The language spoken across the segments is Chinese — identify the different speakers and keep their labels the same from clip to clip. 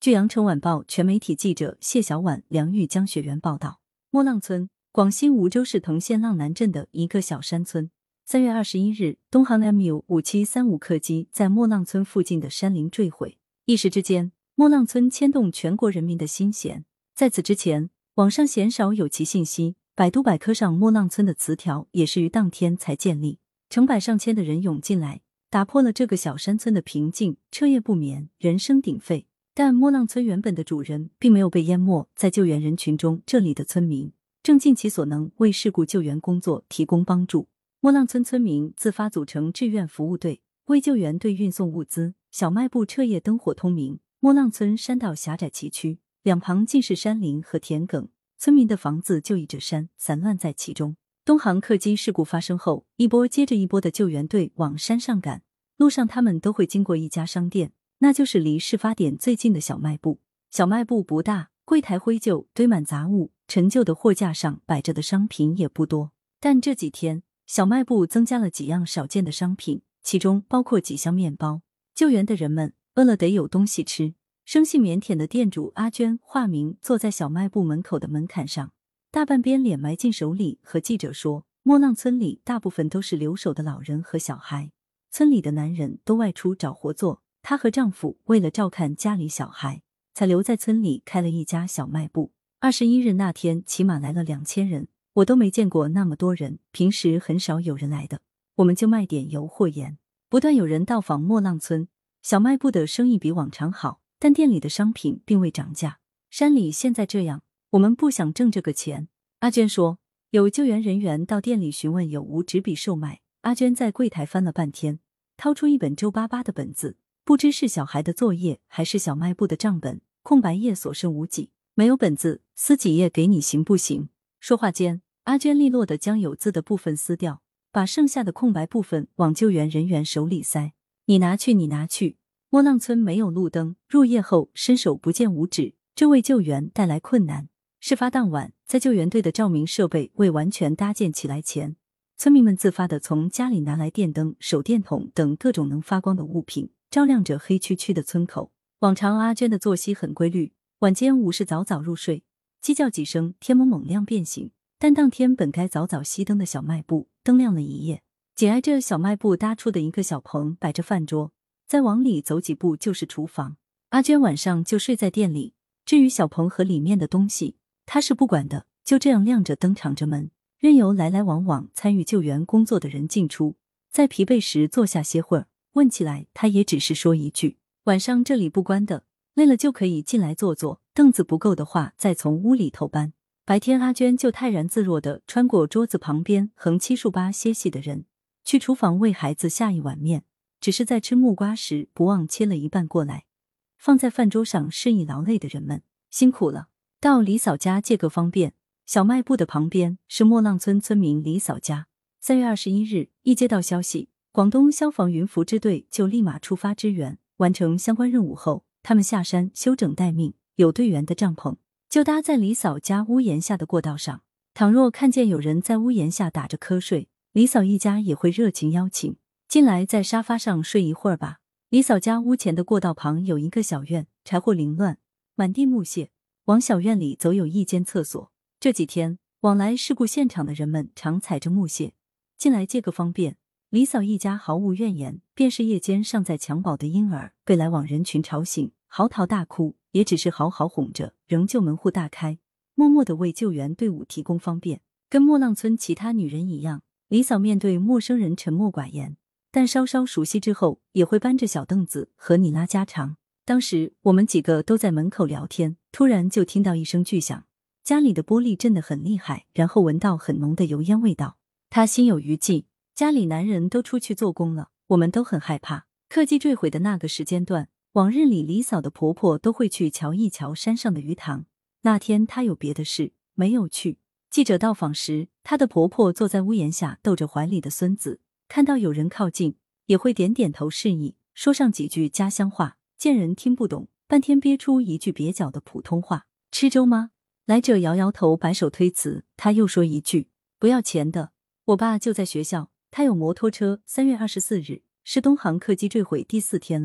Speaker 1: 据羊城晚报全媒体记者谢小婉、梁玉江学员报道，莫浪村，广西梧州市藤县浪南镇的一个小山村。3月21日，东航 MU5735客机在莫浪村附近的山林坠毁，一时之间，莫浪村牵动全国人民的心弦。在此之前，网上鲜少有其信息，百度百科上莫浪村的词条也是于当天才建立。成百上千的人涌进来，打破了这个小山村的平静，彻夜不眠，人声鼎沸。但莫浪村原本的主人并没有被淹没在救援人群中，这里的村民正尽其所能为事故救援工作提供帮助。莫浪村村民自发组成志愿服务队，为救援队运送物资，小卖部彻夜灯火通明。莫浪村山道狭窄崎岖，两旁尽是山林和田埂，村民的房子就倚着山，散乱在其中。东航客机事故发生后，一波接着一波的救援队往山上赶，路上他们都会经过一家商店，那就是离事发点最近的小卖部。小卖部不大，柜台灰旧，堆满杂物，陈旧的货架上摆着的商品也不多。但这几天，小卖部增加了几样少见的商品，其中包括几箱面包。救援的人们饿了得有东西吃。生性腼腆的店主阿娟（化名）坐在小卖部门口的门槛上，大半边脸埋进手里，和记者说：“莫浪村里大部分都是留守的老人和小孩，村里的男人都外出找活做。她和丈夫为了照看家里小孩，才留在村里开了一家小卖部。21日那天，起码来了2000人，我都没见过那么多人，平时很少有人来的。我们就卖点油或盐。”不断有人到访莫浪村，小卖部的生意比往常好，但店里的商品并未涨价。山里现在这样，我们不想挣这个钱。阿娟说，有救援人员到店里询问有无纸笔售卖，阿娟在柜台翻了半天，掏出一本皱巴巴的本子，不知是小孩的作业还是小卖部的账本，空白页所剩无几。没有本子，撕几页给你行不行？说话间，阿娟利落地将有字的部分撕掉，把剩下的空白部分往救援人员手里塞。你拿去，你拿去。莫浪村没有路灯，入夜后伸手不见五指，这为救援带来困难。事发当晚，在救援队的照明设备未完全搭建起来前，村民们自发地从家里拿来电灯、手电筒等各种能发光的物品，照亮着黑黢黢的村口。往常阿娟的作息很规律，晚间无事早早入睡，鸡叫几声，天蒙蒙亮便醒。但当天本该早早熄灯的小卖部，灯亮了一夜。紧挨着小卖部搭出的一个小棚摆着饭桌，再往里走几步就是厨房。阿娟晚上就睡在店里，至于小棚和里面的东西，她是不管的，就这样亮着灯敞着门，任由来来往往参与救援工作的人进出。在疲惫时坐下歇会儿，问起来她也只是说一句：“晚上这里不关的，累了就可以进来坐坐，凳子不够的话再从屋里头搬。”白天阿娟就泰然自若地穿过桌子旁边横七竖八歇息的人，去厨房为孩子下一碗面，只是在吃木瓜时不忘切了一半过来，放在饭桌上示意劳累的人们辛苦了。到李嫂家借个方便，小卖部的旁边是莫浪村村民李嫂家。3月21日，一接到消息，广东消防云浮支队就立马出发支援，完成相关任务后，他们下山休整待命，有队员的帐篷就搭在李嫂家屋檐下的过道上。倘若看见有人在屋檐下打着瞌睡，李嫂一家也会热情邀请进来，在沙发上睡一会儿吧。李嫂家屋前的过道旁有一个小院，柴火凌乱，满地木屑，往小院里走有一间厕所。这几天往来事故现场的人们常踩着木屑进来借个方便，李嫂一家毫无怨言，便是夜间尚在襁褓的婴儿被来往人群吵醒，嚎啕大哭，也只是好好哄着，仍旧门户大开，默默地为救援队伍提供方便。跟莫浪村其他女人一样，李嫂面对陌生人沉默寡言，但稍稍熟悉之后，也会搬着小凳子和你拉家常。当时我们几个都在门口聊天，突然就听到一声巨响，家里的玻璃震得很厉害，然后闻到很浓的油烟味道。他心有余悸，家里男人都出去做工了，我们都很害怕。客机坠毁的那个时间段，往日里李嫂的婆婆都会去瞧一瞧山上的鱼塘，那天她有别的事，没有去。记者到访时，她的婆婆坐在屋檐下逗着怀里的孙子，看到有人靠近，也会点点头示意，说上几句家乡话，见人听不懂，半天憋出一句蹩脚的普通话：“吃粥吗？”来者摇摇头，摆手推辞。他又说一句：“不要钱的，我爸就在学校，他有摩托车。”3月24日是东航客机坠毁第4天了。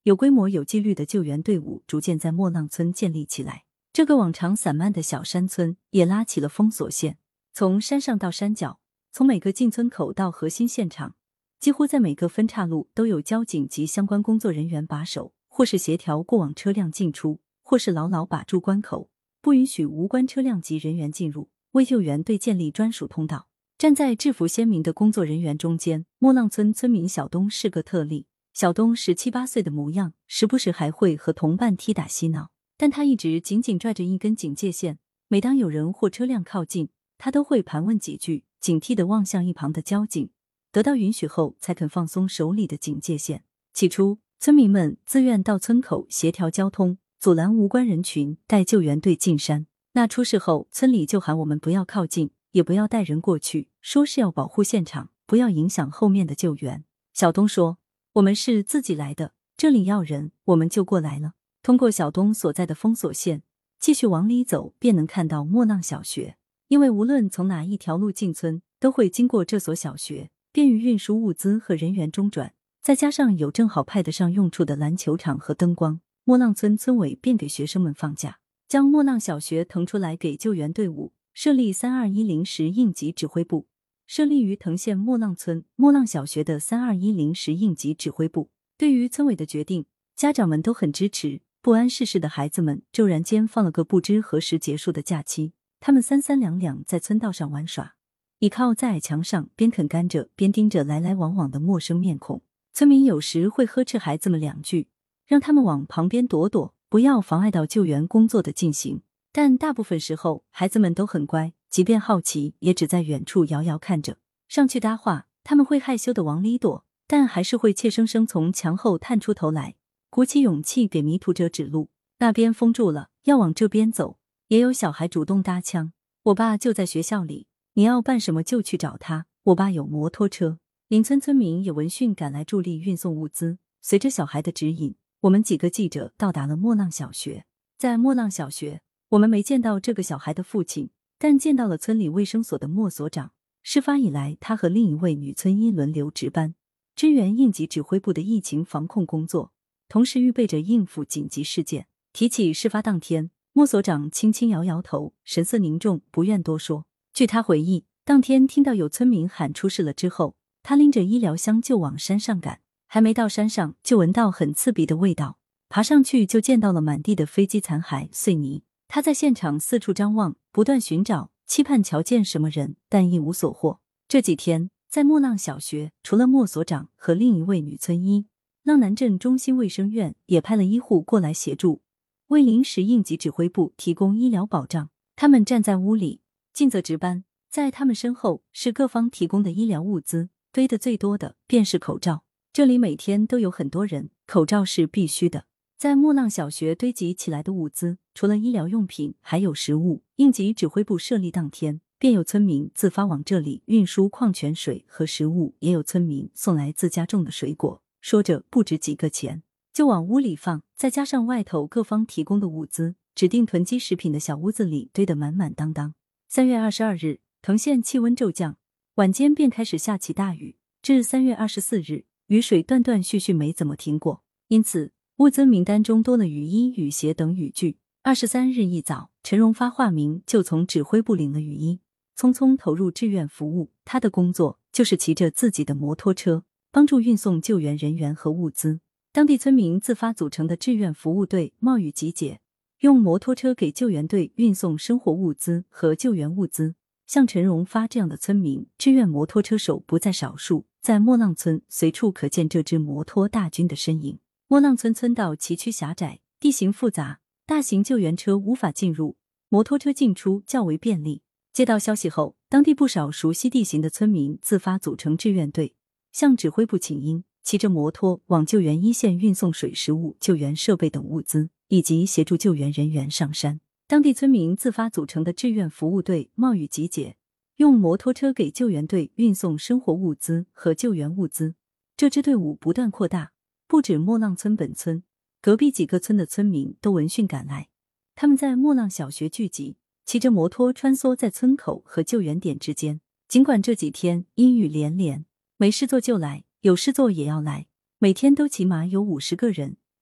Speaker 1: 有规模有纪律的救援队伍逐渐在莫浪村建立起来。这个往常散漫的小山村也拉起了封锁线，从山上到山脚，从每个进村口到核心现场，几乎在每个分岔路都有交警及相关工作人员把守，或是协调过往车辆进出，或是牢牢把住关口，不允许无关车辆及人员进入，为救援队建立专属通道。站在制服鲜明的工作人员中间，莫浪村村民小东是个特例。小东17、18岁的模样，时不时还会和同伴踢打嬉闹，但他一直紧紧拽着一根警戒线。每当有人或车辆靠近，他都会盘问几句，警惕地望向一旁的交警，得到允许后才肯放松手里的警戒线。起初，村民们自愿到村口协调交通，阻拦无关人群，带救援队进山。那出事后，村里就喊我们不要靠近，也不要带人过去，说是要保护现场，不要影响后面的救援。小东说，我们是自己来的，这里要人，我们就过来了。通过小东所在的封锁线，继续往里走，便能看到莫浪小学。因为无论从哪一条路进村，都会经过这所小学，便于运输物资和人员中转。再加上有正好派得上用处的篮球场和灯光，莫浪村村委便给学生们放假，将莫浪小学腾出来给救援队伍，设立321临时应急指挥部。设立于藤县莫浪村莫浪小学的321临时应急指挥部，对于村委的决定，家长们都很支持。不谙世事的孩子们骤然间放了个不知何时结束的假期，他们三三两两在村道上玩耍，倚靠在矮墙上，边啃甘蔗边盯着来来往往的陌生面孔。村民有时会呵斥孩子们2句，让他们往旁边躲躲，不要妨碍到救援工作的进行。但大部分时候，孩子们都很乖，即便好奇，也只在远处遥遥看着。上去搭话，他们会害羞地往里躲，但还是会怯生生从墙后探出头来，鼓起勇气给迷途者指路。那边封住了，要往这边走。也有小孩主动搭腔，我爸就在学校里，你要办什么就去找他，我爸有摩托车。邻村村民也闻讯赶来助力运送物资。随着小孩的指引，我们几个记者到达了莫浪小学。在莫浪小学，我们没见到这个小孩的父亲，但见到了村里卫生所的莫所长。事发以来，他和另一位女村医轮流值班，支援应急指挥部的疫情防控工作，同时预备着应付紧急事件。提起事发当天，莫所长轻轻摇摇头，神色凝重，不愿多说。据他回忆，当天听到有村民喊出事了之后，他拎着医疗箱就往山上赶，还没到山上就闻到很刺鼻的味道，爬上去就见到了满地的飞机残骸碎泥。他在现场四处张望，不断寻找，期盼瞧见什么人，但一无所获。这几天，在莫浪小学，除了莫所长和另一位女村医，浪南镇中心卫生院也派了医护过来协助，为临时应急指挥部提供医疗保障。他们站在屋里，尽责值班，在他们身后是各方提供的医疗物资，堆得最多的便是口罩。这里每天都有很多人，口罩是必须的。在莫浪小学堆积起来的物资，除了医疗用品，还有食物。应急指挥部设立当天，便有村民自发往这里运输矿泉水和食物，也有村民送来自家种的水果，说着不值几个钱，就往屋里放。再加上外头各方提供的物资，指定囤积食品的小屋子里堆得满满当当。3月22日，藤县气温骤降，晚间便开始下起大雨，至3月24日，雨水断断续续没怎么停过，因此物资名单中多了雨衣、雨鞋等雨具。23日一早，陈荣发化名就从指挥部领了雨衣，匆匆投入志愿服务。他的工作就是骑着自己的摩托车，帮助运送救援人员和物资。当地村民自发组成的志愿服务队冒雨集结，用摩托车给救援队运送生活物资和救援物资。像陈荣发这样的村民，志愿摩托车手不在少数，在莫浪村随处可见这支摩托大军的身影。莫浪村村道崎岖狭窄，地形复杂，大型救援车无法进入，摩托车进出较为便利。接到消息后，当地不少熟悉地形的村民自发组成志愿队，向指挥部请缨，骑着摩托往救援一线运送水、食物、救援设备等物资，以及协助救援人员上山。当地村民自发组成的志愿服务队冒雨集结，用摩托车给救援队运送生活物资和救援物资。这支队伍不断扩大，不止莫浪村本村，隔壁几个村的村民都闻讯赶来。他们在莫浪小学聚集，骑着摩托穿梭在村口和救援点之间。尽管这几天阴雨连连，没事做就来，有事做也要来，每天都起码有50个人，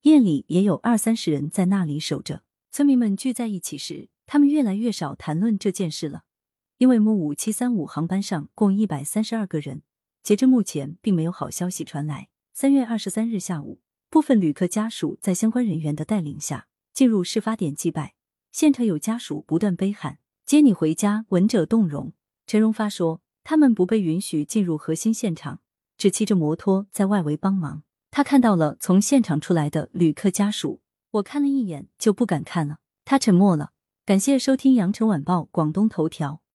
Speaker 1: 夜里也有20-30人在那里守着。村民们聚在一起时，他们越来越少谈论这件事了，因为MU 5735航班上共132个人，截至目前并没有好消息传来。3月23日下午，部分旅客家属在相关人员的带领下进入事发点祭拜，现场有家属不断悲喊接你回家，闻者动容。陈荣发说，他们不被允许进入核心现场，只骑着摩托在外围帮忙。他看到了从现场出来的旅客家属，我看了一眼就不敢看了。他沉默了。感谢收听羊城晚报广东头条。